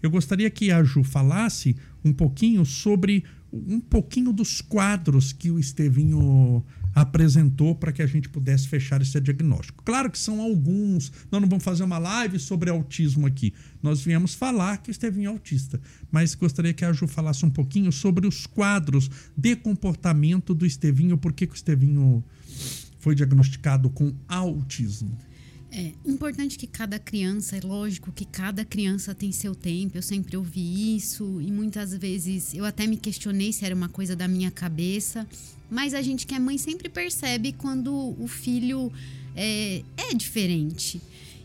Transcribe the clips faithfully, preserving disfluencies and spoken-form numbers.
Eu gostaria que a Ju falasse um pouquinho sobre um pouquinho dos quadros que o Estevinho apresentou para que a gente pudesse fechar esse diagnóstico. Claro que são alguns, nós não vamos fazer uma live sobre autismo aqui, nós viemos falar que o Estevinho é autista, mas gostaria que a Ju falasse um pouquinho sobre os quadros de comportamento do Estevinho, por que que o Estevinho foi diagnosticado com autismo. É importante que cada criança, é lógico que cada criança tem seu tempo, eu sempre ouvi isso e muitas vezes eu até me questionei se era uma coisa da minha cabeça, mas a gente que é mãe sempre percebe quando o filho é, é diferente.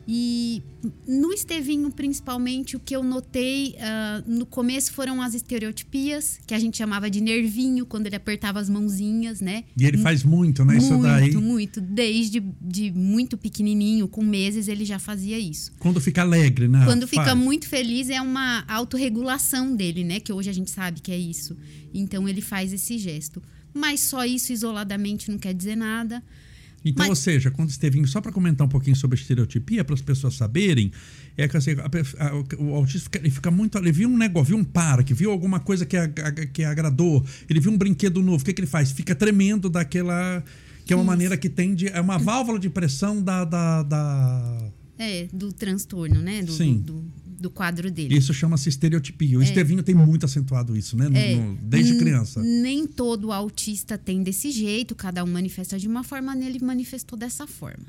E no Estevinho, principalmente, o que eu notei uh, no começo foram as estereotipias, que a gente chamava de nervinho, quando ele apertava as mãozinhas, né? E ele faz muito, né? Muito, isso daí. Muito, muito. Desde de muito pequenininho, com meses, ele já fazia isso. Quando fica alegre, né? Quando fica faz. muito feliz, é uma autorregulação dele, né? Que hoje a gente sabe que é isso. Então, ele faz esse gesto. Mas só isso isoladamente não quer dizer nada. Então, Mas... ou seja, quando o Estevinho, só para comentar um pouquinho sobre a estereotipia, para as pessoas saberem, é que assim, a, a, o autista fica, ele fica muito. Ele viu um negócio, viu um parque, viu alguma coisa que, a, que agradou, ele viu um brinquedo novo, o que, que ele faz? Fica tremendo daquela. Que é uma Isso. maneira que tende. É uma válvula de pressão da. da, da... É, do transtorno, né? Do, Sim. Do, do, do quadro dele. Isso chama-se estereotipia. O é. Estevinho tem muito acentuado isso, né? No, é. no, desde criança. Nem todo autista tem desse jeito, cada um manifesta de uma forma, nele manifestou dessa forma.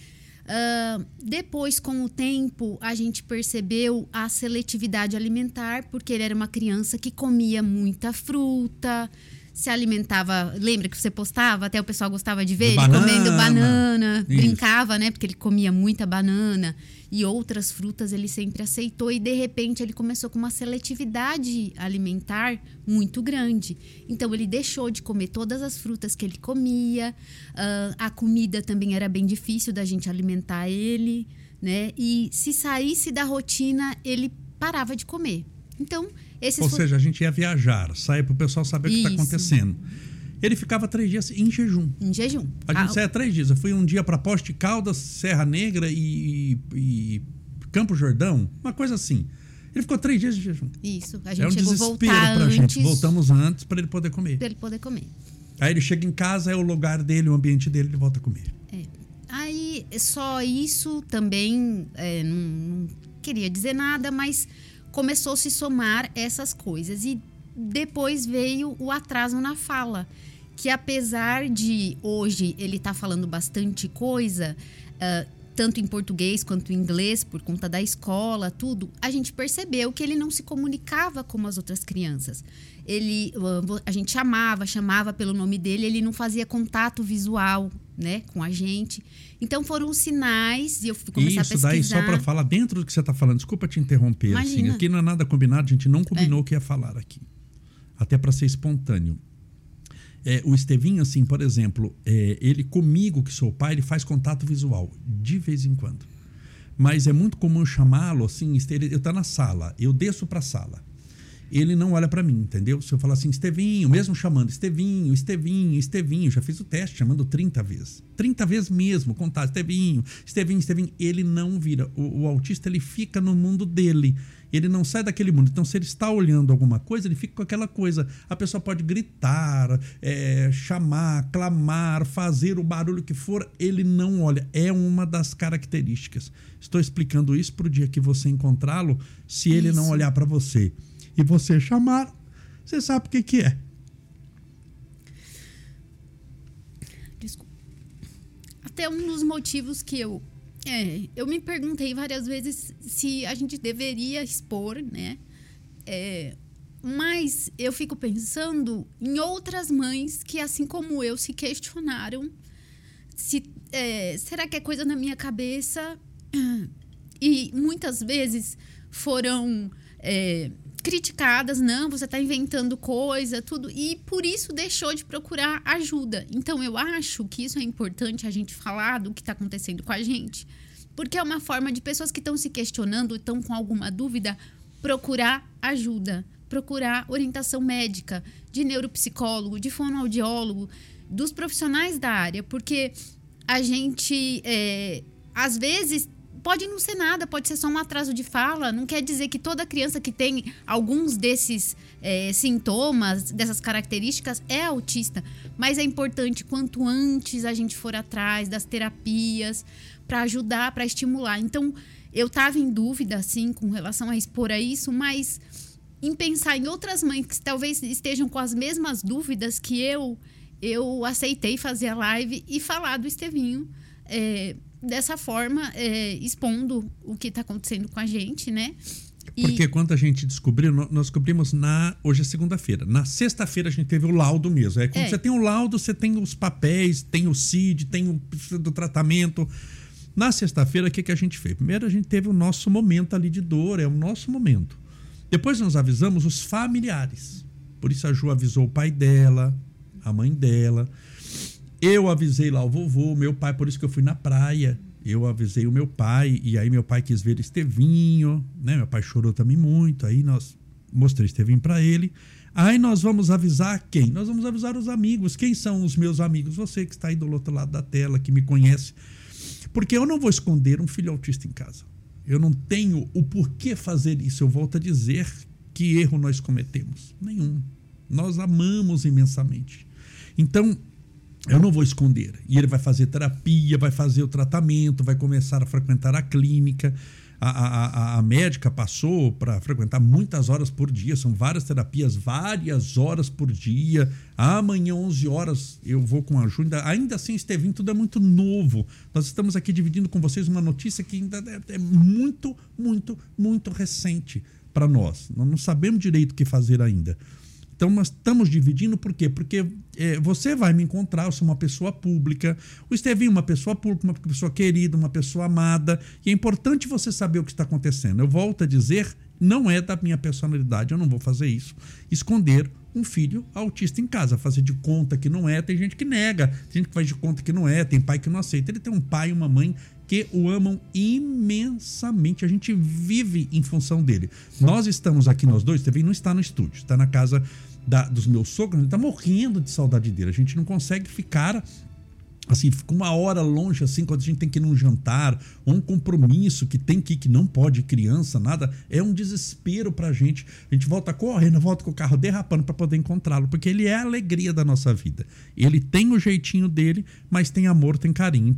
Uh, depois, com o tempo, a gente percebeu a seletividade alimentar, porque ele era uma criança que comia muita fruta, se alimentava, lembra que você postava, até o pessoal gostava de ver, de ele banana, comendo banana, isso. brincava, né, porque ele comia muita banana e outras frutas ele sempre aceitou e de repente ele começou com uma seletividade alimentar muito grande. Então ele deixou de comer todas as frutas que ele comia, uh, a comida também era bem difícil da gente alimentar ele, né, e se saísse da rotina ele parava de comer. Então, esses Ou for... seja, a gente ia viajar, sair para o pessoal saber Isso. o que está acontecendo. Ele ficava três dias em jejum. Em jejum. A gente ah, saia três dias. Eu fui um dia para Poste Caldas, Serra Negra e, e Campo Jordão, uma coisa assim. Ele ficou três dias de jejum. Isso. A gente é um chegou desespero voltar pra antes... gente. Voltamos antes para ele poder comer. Para ele poder comer. Aí ele chega em casa, é o lugar dele, o ambiente dele, ele volta a comer. É. Aí, só isso também, é, não, não queria dizer nada, mas... começou a se somar essas coisas e depois veio o atraso na fala, que apesar de hoje ele estar tá falando bastante coisa, uh, tanto em português quanto em inglês, por conta da escola, tudo, a gente percebeu que ele não se comunicava como as outras crianças. Ele, uh, a gente chamava, chamava pelo nome dele, ele não fazia contato visual, né, com a gente. Então foram os sinais e eu fui começar Isso, a pesquisar. Isso daí só para falar dentro do que você está falando, desculpa te interromper, assim, aqui não é nada combinado, a gente não combinou é. o que ia falar aqui, até para ser espontâneo. É, o Estevinho, assim, por exemplo, é, ele comigo, que sou pai, ele faz contato visual, de vez em quando. Mas é muito comum chamá-lo, assim, ele está na sala, eu desço para a sala. Ele não olha para mim, entendeu? Se eu falar assim, Estevinho, mesmo chamando Estevinho, Estevinho, Estevinho, já fiz o teste chamando trinta vezes. trinta vezes mesmo, contar Estevinho, Estevinho, Estevinho. Ele não vira. O, o autista, ele fica no mundo dele. Ele não sai daquele mundo. Então, se ele está olhando alguma coisa, ele fica com aquela coisa. A pessoa pode gritar, é, chamar, clamar, fazer o barulho que for. Ele não olha. É uma das características. Estou explicando isso para o dia que você encontrá-lo, se ele isso. não olhar para você e você chamar, você sabe o que que é. Desculpa. Até um dos motivos que eu é, eu me perguntei várias vezes se a gente deveria expor, né? É, mas eu fico pensando em outras mães que, assim como eu, se questionaram se é, será que é coisa na minha cabeça? E muitas vezes foram é, criticadas, não, você está inventando coisa, tudo, e por isso deixou de procurar ajuda. Então, eu acho que isso é importante a gente falar do que está acontecendo com a gente, porque é uma forma de pessoas que estão se questionando, estão com alguma dúvida, procurar ajuda, procurar orientação médica, de neuropsicólogo, de fonoaudiólogo, dos profissionais da área, porque a gente, é, às vezes, pode não ser nada, pode ser só um atraso de fala. Não quer dizer que toda criança que tem alguns desses é, sintomas, dessas características, é autista. Mas é importante quanto antes a gente for atrás das terapias para ajudar, para estimular. Então, eu estava em dúvida, assim, com relação a expor a isso, mas em pensar em outras mães que talvez estejam com as mesmas dúvidas que eu, eu aceitei fazer a live e falar do Estevinho é, dessa forma, é, expondo o que está acontecendo com a gente, né? E... Porque quando a gente descobriu, nós descobrimos na... Hoje é segunda-feira. Na sexta-feira a gente teve o laudo mesmo. É quando é. você tem o laudo, você tem os papéis, tem o C I D, tem o do tratamento. Na sexta-feira, o que, que a gente fez? Primeiro a gente teve o nosso momento ali de dor, é o nosso momento. Depois nós avisamos os familiares. Por isso a Ju avisou o pai dela, a mãe dela. Eu avisei lá o vovô, meu pai, por isso que eu fui na praia. Eu avisei o meu pai, e aí meu pai quis ver o Estevinho, né? Meu pai chorou também muito, aí nós mostrei o Estevinho para ele. Aí nós vamos avisar quem? Nós vamos avisar os amigos. Quem são os meus amigos? Você que está aí do outro lado da tela, que me conhece. Porque eu não vou esconder um filho autista em casa. Eu não tenho o porquê fazer isso. Eu volto a dizer que erro nós cometemos. Nenhum. Nós amamos imensamente. Então... eu não vou esconder. E ele vai fazer terapia, vai fazer o tratamento, vai começar a frequentar a clínica. A, a, a médica passou para frequentar muitas horas por dia. São várias terapias, várias horas por dia. Amanhã, onze horas, eu vou com a Ju. Ainda assim, Estevinho, tudo é muito novo. Nós estamos aqui dividindo com vocês uma notícia que ainda é muito, muito, muito recente para nós. Nós não sabemos direito o que fazer ainda. Então, nós estamos dividindo por quê? Porque é, você vai me encontrar, eu sou uma pessoa pública, o Estevinho uma pessoa pública, uma pessoa querida, uma pessoa amada, e é importante você saber o que está acontecendo. Eu volto a dizer, não é da minha personalidade, eu não vou fazer isso. Esconder um filho autista em casa, fazer de conta que não é, tem gente que nega, tem gente que faz de conta que não é, tem pai que não aceita. Ele tem um pai e uma mãe que o amam imensamente. A gente vive em função dele. Nós estamos aqui, nós dois, Estevinho não está no estúdio, está na casa da, dos meus sogros, a gente está morrendo de saudade dele. A gente não consegue ficar assim, fica uma hora longe assim, quando a gente tem que ir num jantar, ou um compromisso que tem que ir, que não pode, criança, nada, é um desespero pra gente. A gente volta correndo, volta com o carro derrapando para poder encontrá-lo, porque ele é a alegria da nossa vida. Ele tem o jeitinho dele, mas tem amor, tem carinho.